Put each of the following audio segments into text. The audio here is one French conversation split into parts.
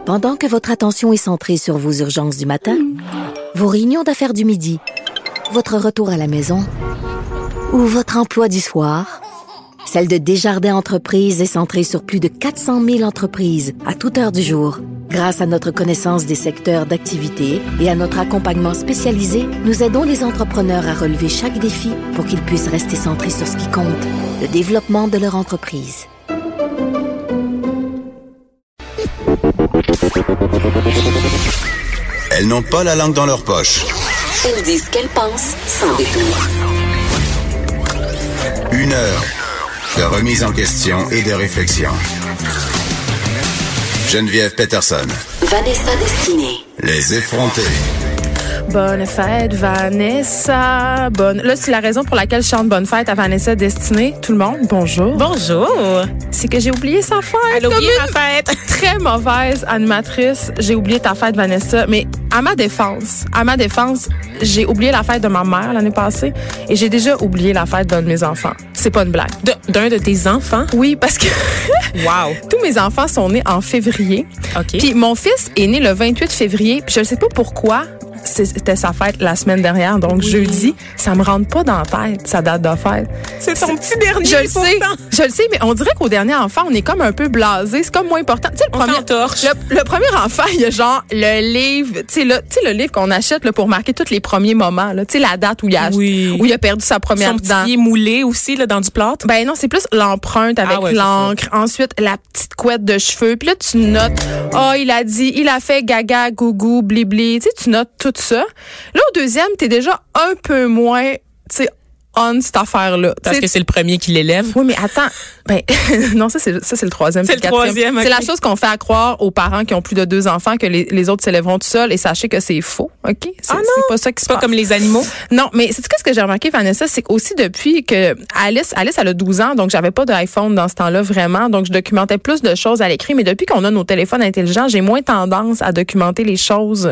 Pendant que votre attention est centrée sur vos urgences du matin, vos réunions d'affaires du midi, votre retour à la maison ou votre emploi du soir, celle de Desjardins Entreprises est centrée sur plus de 400 000 entreprises à toute heure du jour. Grâce à notre connaissance des secteurs d'activité et à notre accompagnement spécialisé, nous aidons les entrepreneurs à relever chaque défi pour qu'ils puissent rester centrés sur ce qui compte, le développement de leur entreprise. Elles n'ont pas la langue dans leur poche. Elles disent ce qu'elles pensent sans détour. 1 heure de remise en question et de réflexion. Geneviève Peterson. Vanessa Destinée. Les effrontés. Bonne fête, Vanessa. Là, c'est la raison pour laquelle je chante Bonne fête à Vanessa Destinée. Tout le monde, bonjour. Bonjour. C'est que j'ai oublié sa fête. Elle a oublié ma fête. Très mauvaise animatrice. J'ai oublié ta fête, Vanessa. Mais à ma défense, j'ai oublié la fête de ma mère l'année passée et j'ai déjà oublié la fête d'un de mes enfants. C'est pas une blague. D'un de tes enfants? Oui, parce que wow. Tous mes enfants sont nés en février. OK. Puis mon fils est né le 28 février. Puis je ne sais pas pourquoi. C'était sa fête la semaine dernière, donc jeudi. Ça me rentre pas dans la tête, sa date de fête. C'est ton petit dernier. Je le sais, mais on dirait qu'au dernier enfant, on est comme un peu blasé. C'est comme moins important. Tu sais, le premier enfant, il y a genre le livre, tu sais le livre qu'on achète là, pour marquer tous les premiers moments. Tu sais, la date où il a perdu sa première dent. Son petit pied moulé aussi là, dans du plâtre. Ben non, c'est plus l'empreinte avec l'encre. Ensuite, la petite couette de cheveux. Puis là, tu notes, il a fait gaga, gougou, blibli. Tu sais, tu notes tout ça. Là, au deuxième, t'es déjà un peu moins, tu sais, on cette affaire-là. Parce que c'est le premier qui l'élève. Oui, mais attends. Ben, non, ça, c'est le troisième. C'est le troisième. Okay. C'est la chose qu'on fait à croire aux parents qui ont plus de 2 enfants que les autres s'élèveront tout seuls et sachez que c'est faux. OK? C'est pas ça qui se passe. Pas comme les animaux. Non, mais c'est ce que j'ai remarqué, Vanessa, c'est qu'aussi depuis que Alice, elle a 12 ans, donc j'avais pas d'iPhone dans ce temps-là vraiment, donc je documentais plus de choses à l'écrit, mais depuis qu'on a nos téléphones intelligents, j'ai moins tendance à documenter les choses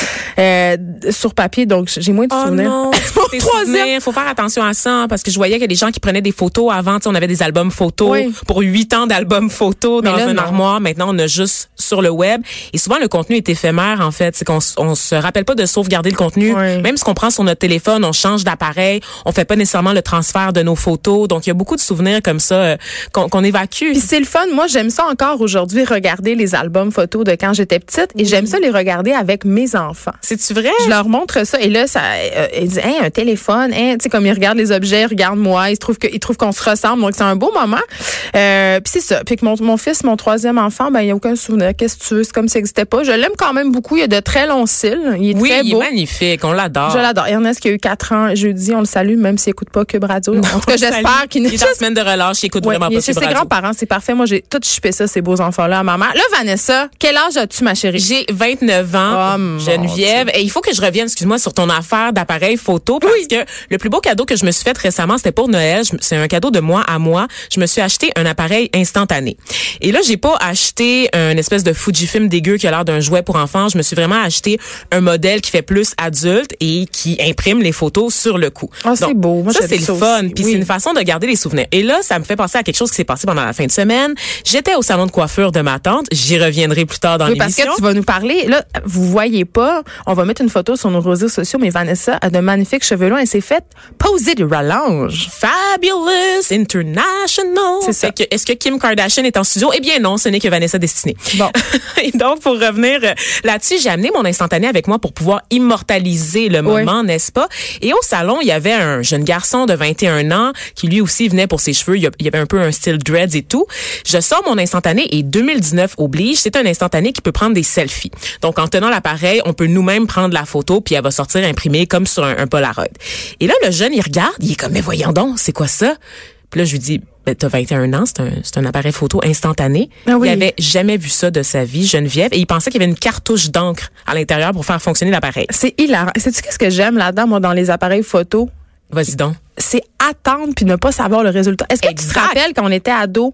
sur papier, donc j'ai moins de souvenirs. Non, troisième. Faut faire attention à ça, parce que je voyais qu'il y a des gens qui prenaient des photos avant, on avait des albums photos pour 8 ans d'albums photos dans une armoire. Maintenant, on a juste sur le web. Et souvent, le contenu est éphémère, en fait. C'est qu'on se rappelle pas de sauvegarder le contenu. Oui. Même ce qu'on prend sur notre téléphone, on change d'appareil. On fait pas nécessairement le transfert de nos photos. Donc, il y a beaucoup de souvenirs comme ça qu'on évacue. Puis c'est le fun. Moi, j'aime ça encore aujourd'hui, regarder les albums photos de quand j'étais petite. Et j'aime ça les regarder avec mes enfants. C'est-tu vrai? Je leur montre ça. Et là, ils disent, un téléphone, tu sais, comme ils regardent les objets, regarde-moi. Ils trouvent qu'on se ressemble. Donc, c'est un beau moment. Puis c'est ça. Puis que mon fils, mon troisième enfant, ben il n'y a aucun souvenir. Qu'est-ce que tu veux? C'est comme si ça n'existait pas. Je l'aime quand même beaucoup. Il a de très longs cils. Il est très beau. Il est magnifique. On l'adore. Je l'adore. Ernest qui a eu 4 ans jeudi, on le salue, même s'il n'écoute pas Cube Radio. En tout cas, j'espère qu'il est en semaine de relâche. Il écoute vraiment pas Cube Radio. Chez ses grands-parents, c'est parfait. Moi, j'ai tout chippé ça, ces beaux enfants-là à ma mère. Là, Vanessa, quel âge as-tu, ma chérie? J'ai 29 ans, Geneviève. Et il faut que je revienne, excuse-moi, sur ton affaire d'appareil photo, parce que le plus beau cadeau que je me suis fait récemment, c'était pour Noël. C'est un cadeau de moi à moi. Je me suis acheté un appareil instantané. Et là, j'ai pas acheté un espèce de Fujifilm dégueu qui a l'air d'un jouet pour enfants. Je me suis vraiment acheté un modèle qui fait plus adulte et qui imprime les photos sur le coup. Oh, c'est beau. Moi, ça, c'est le fun. Puis c'est une façon de garder les souvenirs. Et là, ça me fait penser à quelque chose qui s'est passé pendant la fin de semaine. J'étais au salon de coiffure de ma tante. J'y reviendrai plus tard dans l'émission. Parce que tu vas nous parler. Là, vous voyez pas. On va mettre une photo sur nos réseaux sociaux, mais Vanessa a de magnifiques cheveux longs. Elle s'est faite poser du rallonge. Fabulous International. C'est ça. Est-ce que Kim Kardashian est en studio? Eh bien non, ce n'est que Vanessa Destinée. Bon. Et donc, pour revenir là-dessus, j'ai amené mon instantané avec moi pour pouvoir immortaliser le moment, n'est-ce pas? Et au salon, il y avait un jeune garçon de 21 ans qui lui aussi venait pour ses cheveux. Il y avait un peu un style dreads et tout. Je sors mon instantané et 2019 oblige. C'est un instantané qui peut prendre des selfies. Donc, en tenant l'appareil, on peut nous-mêmes prendre la photo puis elle va sortir imprimée comme sur un Polaroid. Et là, le jeune, il regarde, il est comme, mais voyons donc, c'est quoi ça? Puis là, je lui dis, ben, t'as 21 ans, c'est un appareil photo instantané. Ah oui. Il avait jamais vu ça de sa vie, Geneviève, et il pensait qu'il y avait une cartouche d'encre à l'intérieur pour faire fonctionner l'appareil. C'est hilarant. Sais-tu qu'est-ce que j'aime là-dedans, moi, dans les appareils photo? Vas-y donc. C'est attendre puis ne pas savoir le résultat. Est-ce que tu te rappelles quand on était ado,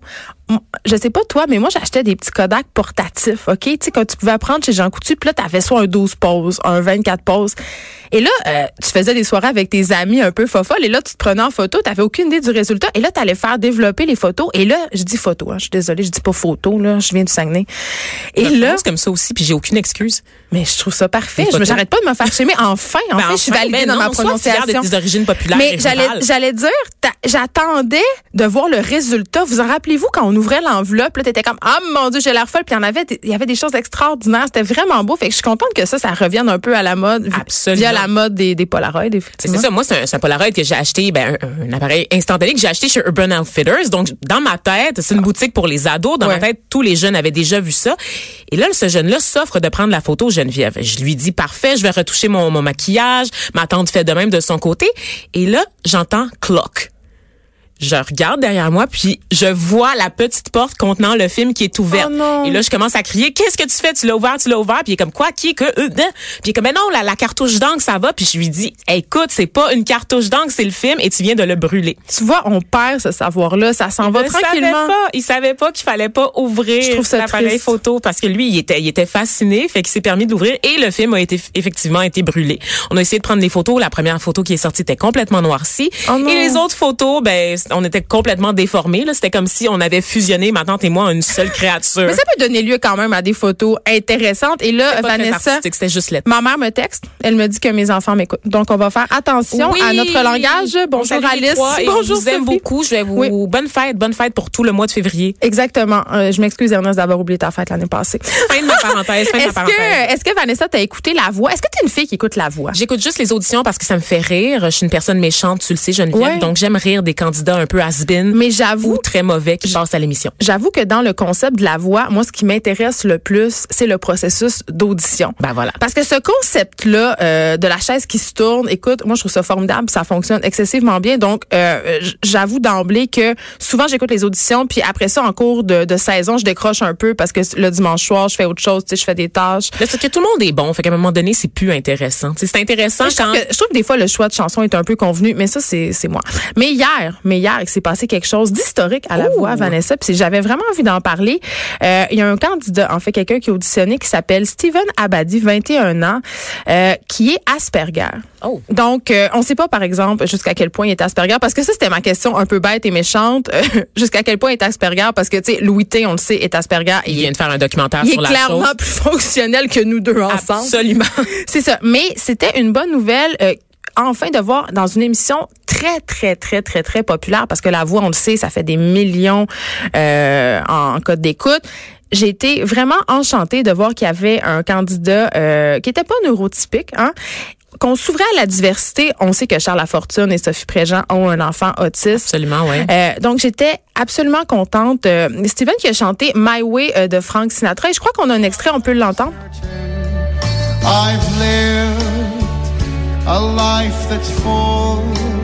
je sais pas toi, mais moi, j'achetais des petits Kodak portatifs, OK? Tu sais, quand tu pouvais apprendre chez Jean Coutu, puis là, t'avais soit un 12 poses, un 24 poses. Et là, tu faisais des soirées avec tes amis un peu fofolles, et là, tu te prenais en photo, t'avais aucune idée du résultat, et là, t'allais faire développer les photos. Et là, je dis photo, hein, je suis désolée, je dis pas photo, là, je viens du Saguenay. Et là, c'est comme ça aussi, puis j'ai aucune excuse. Mais je trouve ça parfait. J'arrête pas de me faire chimer. Enfin, je suis validée dans ma prononciation. Sois fière de tes origines populaires. Mais j'allais dire, j'attendais de voir le résultat. Vous en rappelez-vous quand on ouvrait l'enveloppe, là, t'étais comme, ah mon Dieu, j'ai l'air folle. Puis il y avait des choses extraordinaires. C'était vraiment beau. Fait que je suis contente que ça revienne un peu à la mode. Absolument. Via la mode des Polaroids. C'est ça. Moi, c'est un Polaroid que j'ai acheté, un appareil instantané que j'ai acheté chez Urban Outfitters. Donc, dans ma tête, c'est une boutique pour les ados. Dans ma tête, tous les jeunes avaient déjà vu ça. Et là, ce jeune-là s'offre de prendre la photo Geneviève. Je lui dis, parfait, je vais retoucher mon maquillage. Ma tante fait de même de son côté. Et là, j'entends clock. Je regarde derrière moi, puis je vois la petite porte contenant le film qui est ouverte. Oh et là, je commence à crier, qu'est-ce que tu fais? Tu l'as ouvert? Puis il est comme, quoi? Qui est que? Puis il est comme, mais non, la cartouche d'encre, ça va. Puis je lui dis, hey, écoute, c'est pas une cartouche d'encre, c'est le film et tu viens de le brûler. Tu vois, on perd ce savoir-là, ça s'en va tranquillement. Il savait pas qu'il fallait pas ouvrir l'appareil photo parce que lui, il était fasciné, fait qu'il s'est permis de l'ouvrir et le film a effectivement été brûlé. On a essayé de prendre des photos. La première photo qui est sortie était complètement noircie. Oh et les autres photos, on était complètement déformés. Là. C'était comme si on avait fusionné, ma tante et moi, en une seule créature. Mais ça peut donner lieu quand même à des photos intéressantes. Et là, Vanessa, c'était juste lettre. Ma mère me texte. Elle me dit que mes enfants m'écoutent. Donc, on va faire attention à notre langage. Bonjour Alice. Bonjour Sophie. Je vous aime beaucoup. Je vais vous... Bonne fête pour tout le mois de février. Exactement. Je m'excuse, Ernest, d'avoir oublié ta fête l'année passée. Fin de ma parenthèse. Est-ce que Vanessa, t'as écouté La Voix? Est-ce que t'es une fille qui écoute La Voix? J'écoute juste les auditions parce que ça me fait rire. Je suis une personne méchante, tu le sais, Geneviève. Donc, j'aime rire des candidats un peu has-been. Mais j'avoue, ou très mauvais qui passent à l'émission. J'avoue que dans le concept de La Voix, moi, ce qui m'intéresse le plus, c'est le processus d'audition. Ben voilà. Parce que ce concept-là de la chaise qui se tourne, écoute, moi, je trouve ça formidable, ça fonctionne excessivement bien. Donc, j'avoue d'emblée que souvent, j'écoute les auditions, puis après ça, en cours de saison, je décroche un peu parce que le dimanche soir, je fais autre chose, tu sais, je fais des tâches. Là, c'est que tout le monde est bon, fait qu'à un moment donné, c'est plus intéressant. T'sais, c'est intéressant je trouve que des fois, le choix de chanson est un peu convenu, mais ça, c'est moi. Mais hier, il s'est passé quelque chose d'historique à La Voix, Vanessa, puis j'avais vraiment envie d'en parler. Il y a un candidat, en fait, quelqu'un qui a auditionné qui s'appelle Steven Abadi, 21 ans, qui est Asperger. Oh. Donc, on sait pas, par exemple, jusqu'à quel point il est Asperger, parce que ça, c'était ma question un peu bête et méchante. Jusqu'à quel point il est Asperger, parce que, tu sais, Louis T, on le sait, est Asperger. Il vient de faire un documentaire sur la chose. Il est clairement plus fonctionnel que nous deux ensemble. Absolument. C'est ça. Mais c'était une bonne nouvelle, enfin de voir dans une émission très, très, très, très, très populaire, parce que La Voix, on le sait, ça fait des millions en code d'écoute. J'ai été vraiment enchantée de voir qu'il y avait un candidat qui était pas neurotypique, hein, qu'on s'ouvrait à la diversité. On sait que Charles Lafortune et Sophie Préjean ont un enfant autiste. Absolument, oui. Donc, j'étais absolument contente. Steven qui a chanté My Way de Frank Sinatra. Et je crois qu'on a un extrait, on peut l'entendre. I've lived a life that's full.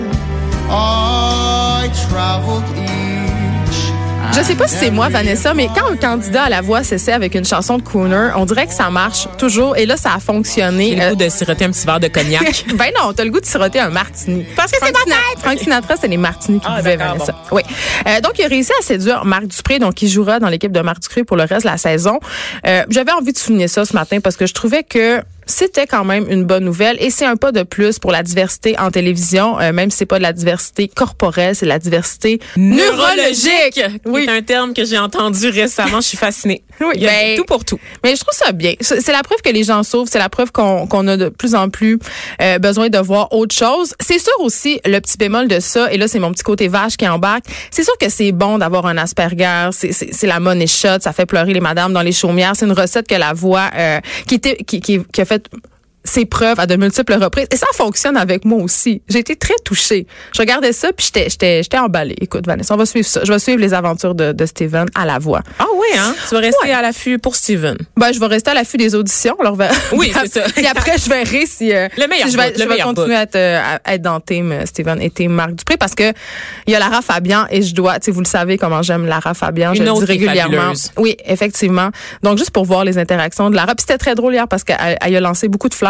I traveled Je sais pas si c'est moi, Vanessa, mais quand un candidat à La Voix s'essaie avec une chanson de crooner, on dirait que ça marche toujours. Et là, ça a fonctionné. J'ai le goût de siroter un petit verre de cognac. Ben non, t'as le goût de siroter un martini. Parce que c'est ma tête! Frank Sinatra, c'est les martinis qui buvaient, Vanessa. Bon. Oui. Donc, il a réussi à séduire Marc Dupré, donc il jouera dans l'équipe de Marc Dupré pour le reste de la saison. J'avais envie de souligner ça ce matin parce que je trouvais que c'était quand même une bonne nouvelle et c'est un pas de plus pour la diversité en télévision, même si c'est pas de la diversité corporelle, c'est de la diversité neurologique. Oui, c'est un terme que j'ai entendu récemment, je suis fascinée. Oui, il y a tout pour tout. Mais je trouve ça bien. C'est la preuve que les gens s'ouvrent, c'est la preuve qu'on a de plus en plus besoin de voir autre chose. C'est sûr aussi, le petit bémol de ça, et là c'est mon petit côté vache qui embarque, c'est sûr que c'est bon d'avoir un Asperger, c'est la money shot, ça fait pleurer les madames dans les chaumières, c'est une recette que La Voix qui a fait ses preuves à de multiples reprises. Et ça fonctionne avec moi aussi. J'ai été très touchée. Je regardais ça, puis j'étais emballée. Écoute, Vanessa, on va suivre ça. Je vais suivre les aventures de Steven à La Voix. Ah oui, hein? Tu vas rester à l'affût pour Steven. Ben, je vais rester à l'affût des auditions. Alors, oui, c'est ça. Et après, je verrai si je vais continuer à être dans Team Steven et Team Marc Dupré, parce que il y a Lara Fabian et je dois, tu sais, vous le savez comment j'aime Lara Fabian. Je le dis régulièrement. Fabuleuse. Oui, effectivement. Donc, juste pour voir les interactions de Lara. Puis c'était très drôle hier parce qu'elle a lancé beaucoup de fleurs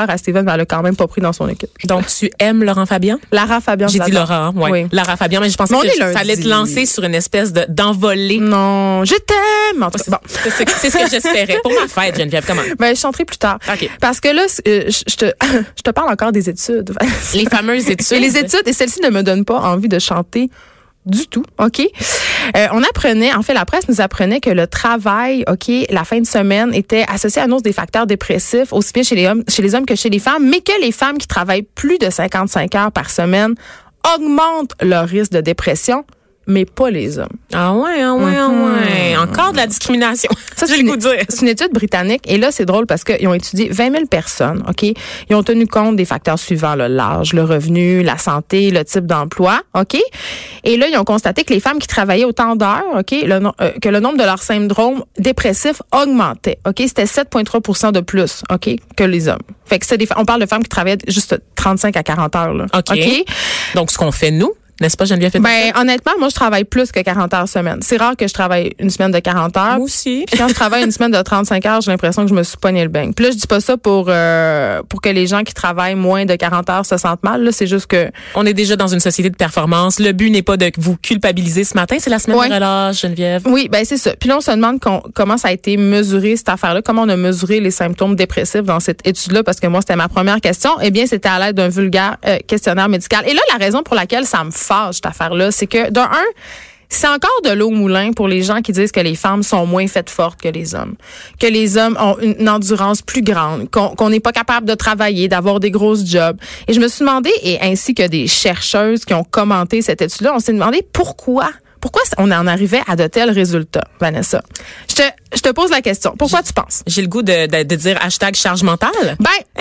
faire à Steven, mais elle a quand même pas pris dans son équipe. Donc, tu aimes Laurent Fabian? Lara Fabian. J'ai dit j'adore. Laurent, oui. Lara Fabian, mais je pensais que ça allait te lancer sur une espèce d'envolée. Non, je t'aime. En tout cas, bon. C'est ce que j'espérais. Pour ma fête, Geneviève, comment? Ben, je chanterai plus tard. OK. Parce que là, je te parle encore des études. Les fameuses études. Et les études, et celles-ci ne me donnent pas envie de chanter du tout, OK? On apprenait, en fait, la presse nous apprenait que le travail, OK, la fin de semaine était associé à une hausse des facteurs dépressifs, aussi bien chez les hommes que chez les femmes, mais que les femmes qui travaillent plus de 55 heures par semaine augmentent leur risque de dépression, mais pas les hommes. Ah ouais. Encore de la discrimination. Ça, c'est une étude britannique. Et là, c'est drôle parce qu'ils ont étudié 20 000 personnes, OK? Ils ont tenu compte des facteurs suivants, là, l'âge, le revenu, la santé, le type d'emploi, OK? Et là, ils ont constaté que les femmes qui travaillaient autant d'heures, OK, que le nombre de leurs syndromes dépressifs augmentait, OK? C'était 7,3 % de plus, OK, que les hommes. Fait que on parle de femmes qui travaillaient juste 35 à 40 heures, là. OK. Donc, ce qu'on fait, nous, n'est-ce pas, Geneviève? Ben, honnêtement, moi, je travaille plus que 40 heures semaine. C'est rare que je travaille une semaine de 40 heures. Moi aussi. Puis quand je travaille une semaine de 35 heures, j'ai l'impression que je me suis pogné le beigne. Puis là, je dis pas ça pour que les gens qui travaillent moins de 40 heures se sentent mal. Là, c'est juste que... On est déjà dans une société de performance. Le but n'est pas de vous culpabiliser ce matin. C'est la semaine de relâche, Geneviève. Oui, ben c'est ça. Puis là, on se demande comment ça a été mesuré, cette affaire-là. Comment on a mesuré les symptômes dépressifs dans cette étude-là? Parce que moi, c'était ma première question. Eh bien, c'était à l'aide d'un vulgaire questionnaire médical. Et là, la raison pour laquelle ça me fâche, cette affaire-là, c'est que, d'un, c'est encore de l'eau au moulin pour les gens qui disent que les femmes sont moins faites fortes que les hommes, que les hommes ont une endurance plus grande, qu'on n'est pas capable de travailler, d'avoir des grosses jobs. Et je me suis demandé, et ainsi que des chercheuses qui ont commenté cette étude-là, on s'est demandé pourquoi on en arrivait à de tels résultats, Vanessa. Je te pose la question. Pourquoi tu penses? J'ai le goût de dire #charge mentale.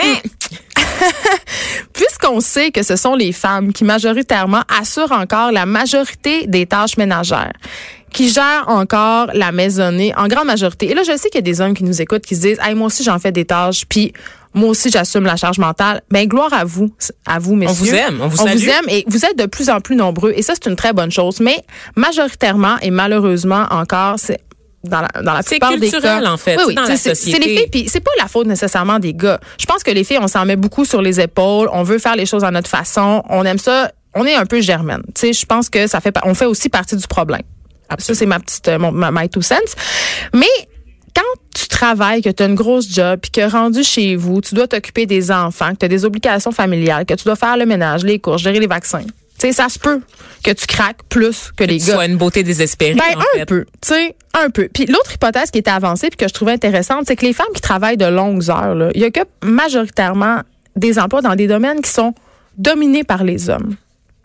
Puisqu'on sait que ce sont les femmes qui majoritairement assurent encore la majorité des tâches ménagères, qui gèrent encore la maisonnée en grande majorité. Et là, je sais qu'il y a des hommes qui nous écoutent qui se disent « Hey, moi aussi, j'en fais des tâches, puis moi aussi, j'assume la charge mentale. » Ben, gloire à vous, messieurs. On vous aime, on vous salue. On vous aime et vous êtes de plus en plus nombreux. Et ça, c'est une très bonne chose. Mais majoritairement et malheureusement encore, c'est dans la plupart des cas. C'est culturel, en fait. Oui, dans la société. C'est les filles, puis c'est pas la faute nécessairement des gars. Je pense que les filles, on s'en met beaucoup sur les épaules. On veut faire les choses à notre façon. On aime ça. On est un peu germaine. Tu sais, je pense que on fait aussi partie du problème. Ça, c'est ma petite, my two cents. Mais quand tu travailles, que tu as une grosse job, puis que rendu chez vous, tu dois t'occuper des enfants, que tu as des obligations familiales, que tu dois faire le ménage, les courses, gérer les vaccins. Tu sais, ça se peut que tu craques plus que les gars. Soit une beauté désespérée. Ben, un peu. Tu sais, un peu. Puis l'autre hypothèse qui était avancée puis que je trouvais intéressante, c'est que les femmes qui travaillent de longues heures, là, il y a que majoritairement des emplois dans des domaines qui sont dominés par les hommes.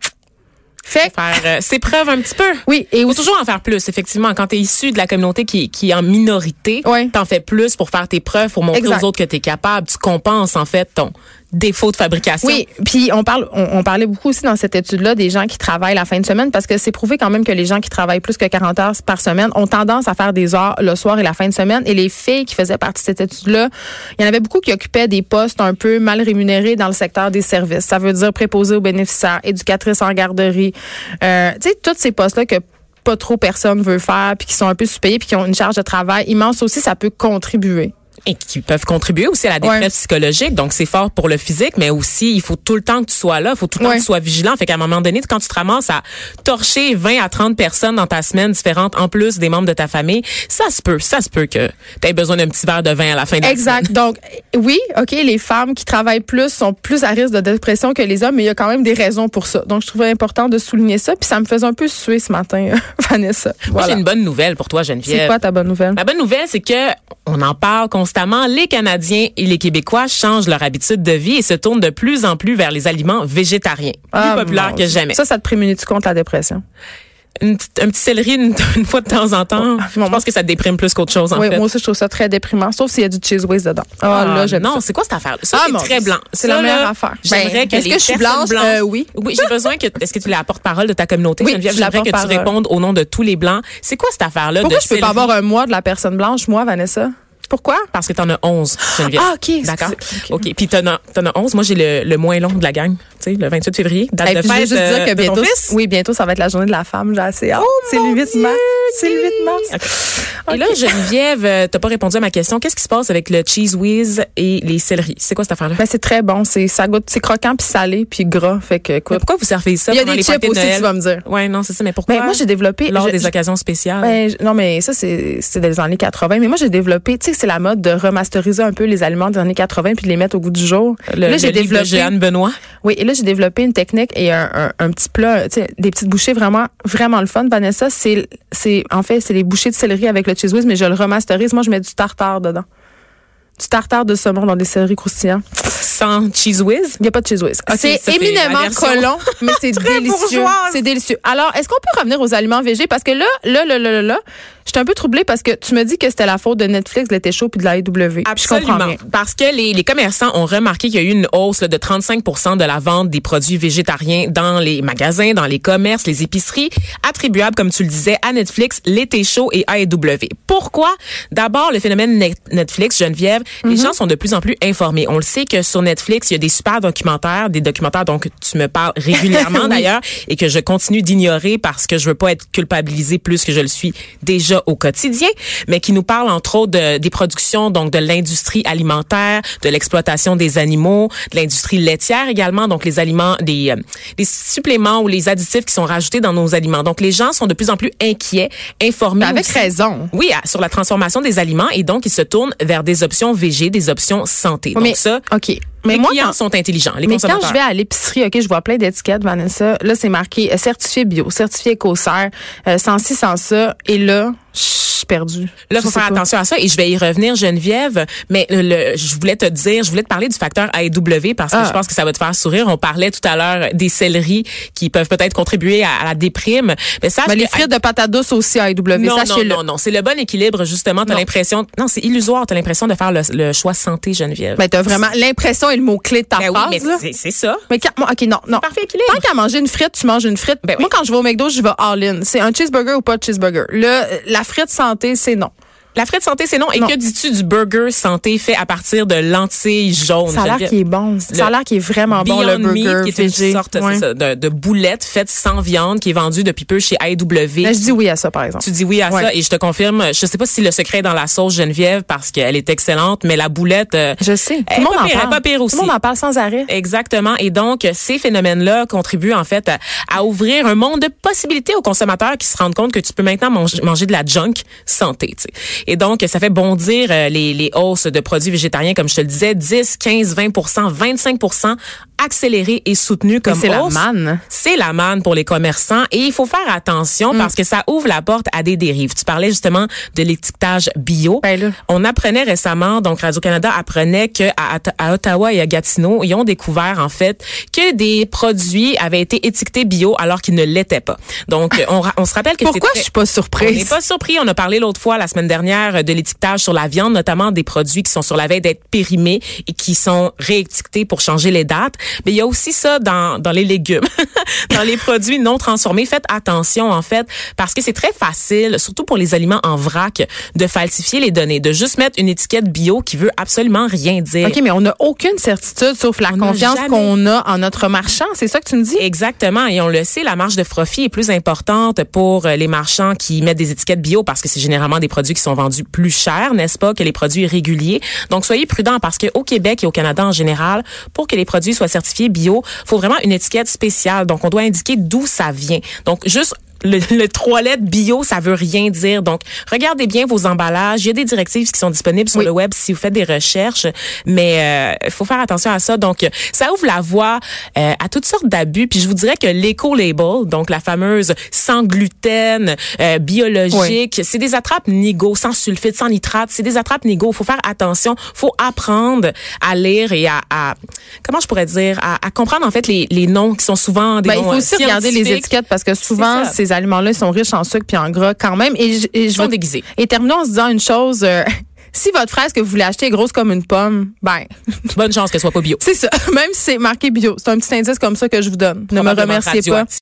Fait faire ses preuves un petit peu. Oui, et faut toujours en faire plus, effectivement. Quand tu es issu de la communauté qui est en minorité, t'en fais plus pour faire tes preuves, pour montrer aux autres que tu es capable. Tu compenses, en fait, ton défaut de fabrication. Oui, puis on parlait beaucoup aussi dans cette étude-là des gens qui travaillent la fin de semaine parce que c'est prouvé quand même que les gens qui travaillent plus que 40 heures par semaine ont tendance à faire des heures le soir et la fin de semaine. Et les filles qui faisaient partie de cette étude-là, il y en avait beaucoup qui occupaient des postes un peu mal rémunérés dans le secteur des services. Ça veut dire préposés aux bénéficiaires, éducatrices en garderie. Tu sais, tous ces postes-là que pas trop personne veut faire puis qui sont un peu sous-payés puis qui ont une charge de travail immense aussi, ça peut contribuer. Et qui peuvent contribuer aussi à la détresse psychologique. Donc, c'est fort pour le physique, mais aussi, il faut tout le temps que tu sois là. Il faut tout le temps que tu sois vigilant. Fait qu'à un moment donné, quand tu te ramasses à torcher 20 à 30 personnes dans ta semaine différentes, en plus des membres de ta famille, ça se peut que tu aies besoin d'un petit verre de vin à la fin de la semaine. Exact. Donc, oui, OK, les femmes qui travaillent plus sont plus à risque de dépression que les hommes, mais il y a quand même des raisons pour ça. Donc, je trouvais important de souligner ça. Puis ça me faisait un peu suer ce matin, Vanessa. Moi, j'ai une bonne nouvelle pour toi, Geneviève. C'est quoi ta bonne nouvelle? La bonne nouvelle, c'est que on en parle constamment. Les Canadiens et les Québécois changent leur habitude de vie et se tournent de plus en plus vers les aliments végétariens. Plus populaires que jamais. Ça te prémunit-tu contre la dépression? Un petit céleri une fois de temps en temps. Je pense que ça te déprime plus qu'autre chose, en fait. Moi aussi, je trouve ça très déprimant, sauf s'il y a du cheese whiz dedans. Non, c'est quoi cette affaire-là? Ça, c'est très blanc. C'est la meilleure affaire. J'aimerais que est-ce que je suis blanche? Oui. Oui, j'ai besoin est-ce que tu es la porte-parole de ta communauté? Oui, Geneviève, j'aimerais que tu répondes au nom de tous les blancs. C'est quoi cette affaire-là? Pourquoi je peux pas avoir un mois de la personne blanche, moi, Vanessa? Pourquoi? Parce que t'en as 11, Geneviève. Ah, OK. D'accord. OK. Puis t'en as 11. Moi, j'ai le moins long de la gang. tu sais, le 28 février, date Et de puis, je veux fête juste dire que de ton bientôt, fils. oui, bientôt, ça va être la journée de la femme. J'ai assez hâte. C'est le 8 mars. C'est le 8 mars. Et là, Geneviève, t'as pas répondu à ma question. Qu'est-ce qui se passe avec le Cheese Whiz et les céleris? C'est quoi cette affaire-là? Ben, c'est très bon. Ça goûte, c'est croquant puis salé puis gras. Fait que, Mais écoute. pourquoi vous servez ça Il y a pendant des les chips parties de aussi, Noël? tu vas me dire. Ouais, non, c'est ça. Mais pourquoi? Ben, moi, j'ai développé. Lors des occasions spéciales. Ben, non, mais ça, c'est des années 80. Mais moi, j'ai développé, tu sais, c'est la mode de remasteriser un peu les aliments des années 80 puis de les mettre au goût du jour. Le livre de Jeanne Benoît. Oui, et là, j'ai développé une technique et un petit plat, tu sais, des petites bouchées vraiment, vraiment le fun. Vanessa, en fait, c'est les bouchées de céleri avec le cheese whiz, mais je le remasterise. Moi, je mets du tartare dedans. Du tartare de saumon dans des céleris croustillants. Sans Cheese Whiz? Il n'y a pas de cheese whiz. Ah, C'est ça, éminemment la version collant, mais c'est très délicieux. bourgeoise. C'est délicieux. Alors, est-ce qu'on peut revenir aux aliments végés? Parce que là, j'étais un peu troublée parce que tu me dis que c'était la faute de Netflix, de l'été chaud puis de la AEW. Je comprends Absolument. rien. Parce que les commerçants ont remarqué qu'il y a eu une hausse là, de 35% de la vente des produits végétariens dans les magasins, dans les commerces, les épiceries, attribuables, comme tu le disais, à Netflix, l'été chaud et AEW. Pourquoi? D'abord, le phénomène Netflix, Geneviève, les gens sont de plus en plus informés. On le sait que sur Netflix, il y a des super documentaires, des documentaires dont tu me parles régulièrement Oui. d'ailleurs, et que je continue d'ignorer parce que je veux pas être culpabilisée plus que je le suis déjà au quotidien, mais qui nous parlent entre autres des productions, donc de l'industrie alimentaire, de l'exploitation des animaux, de l'industrie laitière également, donc les aliments, des suppléments ou les additifs qui sont rajoutés dans nos aliments. Donc les gens sont de plus en plus inquiets, informés. Avec aussi, raison. oui, sur la transformation des aliments et donc ils se tournent vers des options végé, des options santé. Donc Mais, ça, OK. Mais les moi, clients sont intelligents, les mais consommateurs. quand je vais à l'épicerie, OK, je vois plein d'étiquettes, Vanessa. Là, c'est marqué certifié bio, certifié écocert, sans ci, sans ça. Et là, je suis perdue. Là, faut faire attention à ça et je vais y revenir, Geneviève. Mais je voulais te parler du facteur AEW parce que je pense que ça va te faire sourire. On parlait tout à l'heure des céleris qui peuvent peut-être contribuer à la déprime. Mais ça, les frites de patates douces aussi AEW, sachez-le. Non. C'est le bon équilibre, justement. T'as l'impression, non, c'est illusoire. T'as l'impression de faire le choix santé, Geneviève. Ben, t'as vraiment l'impression est le mot-clé de ta Ben phrase, oui, là. mais c'est ça. Mais OK, non. Parfait équilibre. Tant qu'à manger une frite, tu manges une frite. Ben oui. Moi, quand je vais au McDo, je vais all-in. C'est un cheeseburger ou pas de cheeseburger. Là, la frite santé, c'est non. La frite santé, c'est non. Et que dis-tu du burger santé fait à partir de lentilles jaunes? Ça a l'air qu'il est bon. Ça a l'air qu'il est vraiment bon, le Beyond burger. Meat, qui est une sorte c'est ça, de boulette faite sans viande, qui est vendue depuis peu chez AEW. Mais je dis oui à ça, par exemple. Tu dis oui à ça et je te confirme, je sais pas si le secret est dans la sauce, Geneviève, parce qu'elle est excellente, mais la boulette, je sais. Elle est pas pire aussi. Tout le monde en parle sans arrêt. Exactement. Et donc, ces phénomènes-là contribuent en fait à ouvrir un monde de possibilités aux consommateurs qui se rendent compte que tu peux maintenant manger de la junk santé. Tu sais. Et donc, ça fait bondir les hausses de produits végétariens, comme je te le disais, 10, 15, 20%, 25% accélérées et soutenues comme hausse. C'est la manne. C'est la manne pour les commerçants et il faut faire attention parce que ça ouvre la porte à des dérives. Tu parlais justement de l'étiquetage bio. Ben là. On apprenait récemment, donc Radio-Canada apprenait que à Ottawa et à Gatineau, ils ont découvert en fait que des produits avaient été étiquetés bio alors qu'ils ne l'étaient pas. Donc on se rappelle que pourquoi je suis pas surprise? On n'est pas surpris. On a parlé l'autre fois, la semaine dernière, de l'étiquetage sur la viande, notamment des produits qui sont sur la veille d'être périmés et qui sont réétiquetés pour changer les dates. Mais il y a aussi ça dans les légumes, dans les produits non transformés. Faites attention, en fait, parce que c'est très facile, surtout pour les aliments en vrac, de falsifier les données, de juste mettre une étiquette bio qui veut absolument rien dire. OK, mais on n'a aucune certitude sauf la confiance qu'on a en notre marchand. C'est ça que tu me dis? Exactement. Et on le sait, la marge de profit est plus importante pour les marchands qui mettent des étiquettes bio parce que c'est généralement des produits qui sont vendus plus cher, n'est-ce pas, que les produits réguliers. Donc, soyez prudents parce qu'au Québec et au Canada en général, pour que les produits soient certifiés bio, faut vraiment une étiquette spéciale. Donc, on doit indiquer d'où ça vient. Donc, juste le 3 lettres bio, ça veut rien dire. Donc, regardez bien vos emballages. Il y a des directives qui sont disponibles sur le web si vous faites des recherches, mais il faut faire attention à ça. Donc, ça ouvre la voie à toutes sortes d'abus. Puis, je vous dirais que l'éco-label, donc la fameuse sans gluten, biologique, c'est des attrape-nigo, sans sulfite, sans nitrate. C'est des attrape-nigo. Il faut faire attention. Il faut apprendre à lire et à comment je pourrais dire, à comprendre en fait les noms qui sont souvent des noms il faut aussi regarder les étiquettes parce que souvent, ces aliments-là, ils sont riches en sucre puis en gras quand même. Ils sont déguisés. Et terminons en se disant une chose. Si votre fraise que vous voulez acheter est grosse comme une pomme, bonne chance qu'elle soit pas bio. C'est ça. Même si c'est marqué bio. C'est un petit indice comme ça que je vous donne. Ne me remerciez pas.